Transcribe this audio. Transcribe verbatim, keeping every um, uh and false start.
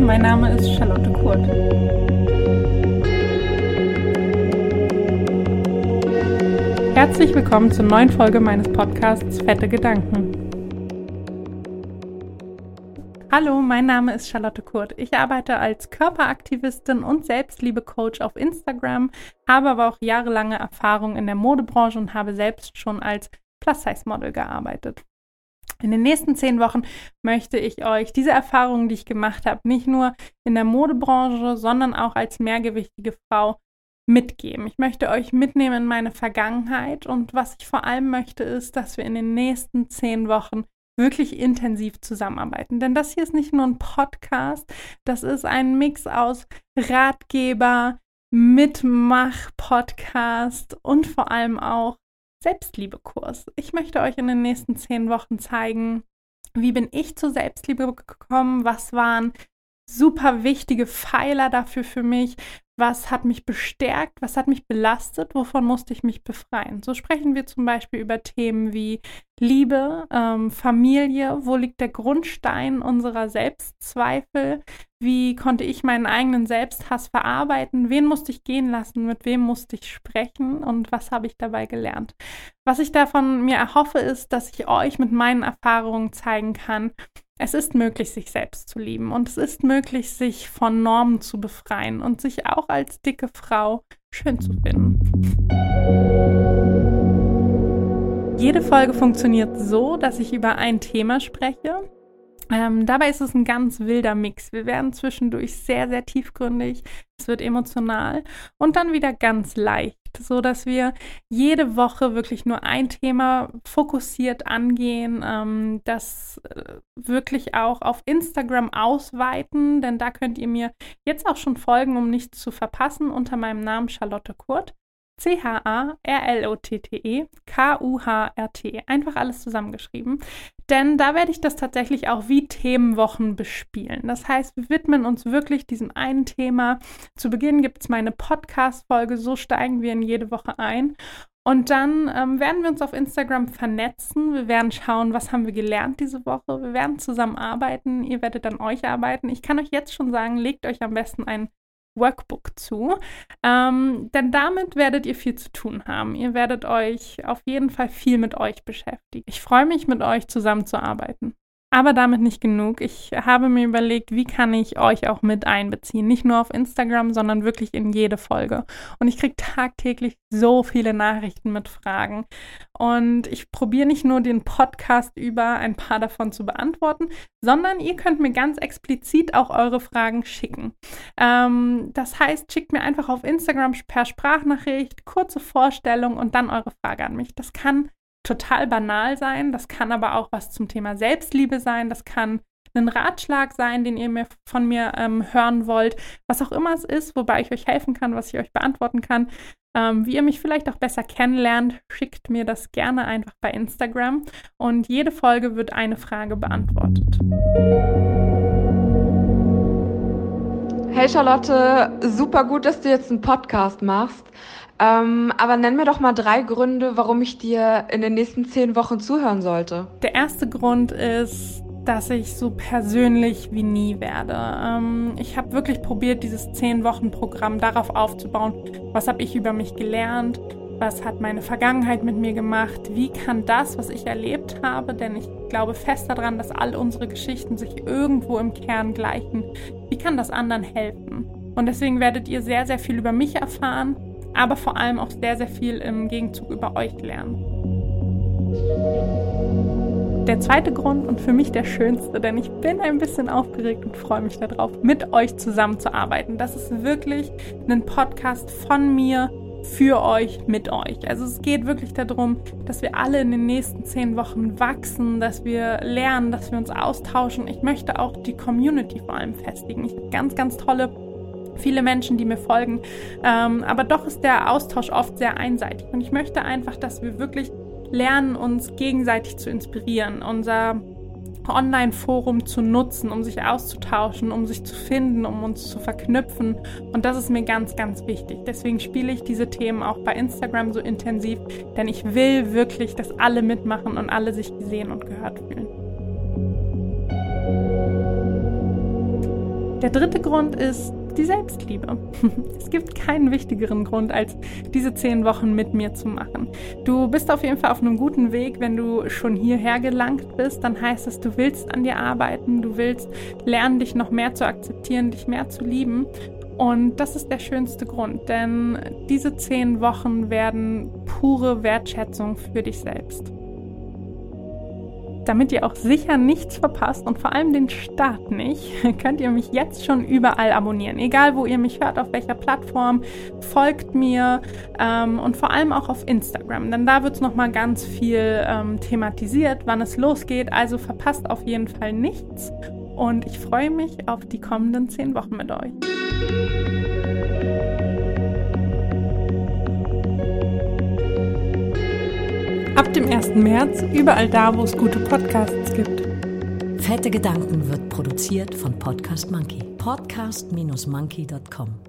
mein Name ist Charlotte Kurt. Herzlich willkommen zur neuen Folge meines Podcasts Fette Gedanken. Hallo, mein Name ist Charlotte Kurt. Ich arbeite als Körperaktivistin und Selbstliebe-Coach auf Instagram, habe aber auch jahrelange Erfahrung in der Modebranche und habe selbst schon als Plus-Size-Model gearbeitet. In den nächsten zehn Wochen möchte ich euch diese Erfahrungen, die ich gemacht habe, nicht nur in der Modebranche, sondern auch als mehrgewichtige Frau mitgeben. Ich möchte euch mitnehmen in meine Vergangenheit und was ich vor allem möchte, ist, dass wir in den nächsten zehn Wochen wirklich intensiv zusammenarbeiten. Denn das hier ist nicht nur ein Podcast, das ist ein Mix aus Ratgeber, Mitmach-Podcast und vor allem auch Selbstliebe-Kurs. Ich möchte euch in den nächsten zehn Wochen zeigen, wie bin ich zur Selbstliebe gekommen, was waren super wichtige Pfeiler dafür für mich, was hat mich bestärkt, was hat mich belastet, wovon musste ich mich befreien. So sprechen wir zum Beispiel über Themen wie Liebe, ähm, Familie, wo liegt der Grundstein unserer Selbstzweifel, wie konnte ich meinen eigenen Selbsthass verarbeiten, wen musste ich gehen lassen, mit wem musste ich sprechen und was habe ich dabei gelernt. Was ich davon mir erhoffe, ist, dass ich euch mit meinen Erfahrungen zeigen kann, es ist möglich, sich selbst zu lieben und es ist möglich, sich von Normen zu befreien und sich auch als dicke Frau schön zu finden. Jede Folge funktioniert so, dass ich über ein Thema spreche. Ähm, dabei ist es ein ganz wilder Mix. Wir werden zwischendurch sehr, sehr tiefgründig, es wird emotional und dann wieder ganz leicht, so dass wir jede Woche wirklich nur ein Thema fokussiert angehen, ähm, das äh, wirklich auch auf Instagram ausweiten, denn da könnt ihr mir jetzt auch schon folgen, um nichts zu verpassen, unter meinem Namen Charlotte Kurt. C H A R L O T T E K U H R T. Einfach alles zusammengeschrieben. Denn da werde ich das tatsächlich auch wie Themenwochen bespielen. Das heißt, wir widmen uns wirklich diesem einen Thema. Zu Beginn gibt es meine Podcast-Folge, so steigen wir in jede Woche ein. Und dann ähm, werden wir uns auf Instagram vernetzen. Wir werden schauen, was haben wir gelernt diese Woche. Wir werden zusammen arbeiten. Ihr werdet an euch arbeiten. Ich kann euch jetzt schon sagen, legt euch am besten ein Workbook zu, ähm, denn damit werdet ihr viel zu tun haben. Ihr werdet euch auf jeden Fall viel mit euch beschäftigen. Ich freue mich, mit euch zusammenzuarbeiten. Aber damit nicht genug. Ich habe mir überlegt, wie kann ich euch auch mit einbeziehen. Nicht nur auf Instagram, sondern wirklich in jede Folge. Und ich kriege tagtäglich so viele Nachrichten mit Fragen. Und ich probiere nicht nur den Podcast über ein paar davon zu beantworten, sondern ihr könnt mir ganz explizit auch eure Fragen schicken. Ähm, das heißt, schickt mir einfach auf Instagram per Sprachnachricht kurze Vorstellung und dann eure Frage an mich. Das kann total banal sein, das kann aber auch was zum Thema Selbstliebe sein, das kann ein Ratschlag sein, den ihr mir von mir ähm, hören wollt, was auch immer es ist, wobei ich euch helfen kann, was ich euch beantworten kann. Ähm, wie ihr mich vielleicht auch besser kennenlernt, schickt mir das gerne einfach bei Instagram und jede Folge wird eine Frage beantwortet. Hey Charlotte, super gut, dass du jetzt einen Podcast machst. Ähm, aber nenn mir doch mal drei Gründe, warum ich dir in den nächsten zehn Wochen zuhören sollte. Der erste Grund ist, dass ich so persönlich wie nie werde. Ähm, ich habe wirklich probiert, dieses zehn-Wochen-Programm darauf aufzubauen. Was habe ich über mich gelernt? Was hat meine Vergangenheit mit mir gemacht? Wie kann das, was ich erlebt habe, denn ich glaube fest daran, dass all unsere Geschichten sich irgendwo im Kern gleichen, wie kann das anderen helfen? Und deswegen werdet ihr sehr, sehr viel über mich erfahren, aber vor allem auch sehr, sehr viel im Gegenzug über euch lernen. Der zweite Grund und für mich der schönste, denn ich bin ein bisschen aufgeregt und freue mich darauf, mit euch zusammenzuarbeiten. Das ist wirklich ein Podcast von mir für euch, mit euch. Also es geht wirklich darum, dass wir alle in den nächsten zehn Wochen wachsen, dass wir lernen, dass wir uns austauschen. Ich möchte auch die Community vor allem festigen. Ich habe ganz, ganz tolle viele Menschen, die mir folgen, ähm, aber doch ist der Austausch oft sehr einseitig und ich möchte einfach, dass wir wirklich lernen, uns gegenseitig zu inspirieren, unser Online-Forum zu nutzen, um sich auszutauschen, um sich zu finden, um uns zu verknüpfen und das ist mir ganz, ganz wichtig. Deswegen spiele ich diese Themen auch bei Instagram so intensiv, denn ich will wirklich, dass alle mitmachen und alle sich gesehen und gehört fühlen. Der dritte Grund ist die Selbstliebe. Es gibt keinen wichtigeren Grund, als diese zehn Wochen mit mir zu machen. Du bist auf jeden Fall auf einem guten Weg, wenn du schon hierher gelangt bist, dann heißt es, du willst an dir arbeiten, du willst lernen, dich noch mehr zu akzeptieren, dich mehr zu lieben. Und das ist der schönste Grund, denn diese zehn Wochen werden pure Wertschätzung für dich selbst. Damit ihr auch sicher nichts verpasst und vor allem den Start nicht, könnt ihr mich jetzt schon überall abonnieren. Egal, wo ihr mich hört, auf welcher Plattform, folgt mir ähm, und vor allem auch auf Instagram. Denn da wird es nochmal ganz viel ähm, thematisiert, wann es losgeht. Also verpasst auf jeden Fall nichts. Und ich freue mich auf die kommenden zehn Wochen mit euch. Ab dem ersten März überall da, wo es gute Podcasts gibt. Fette Gedanken wird produziert von Podcast Monkey. podcast Bindestrich monkey Punkt com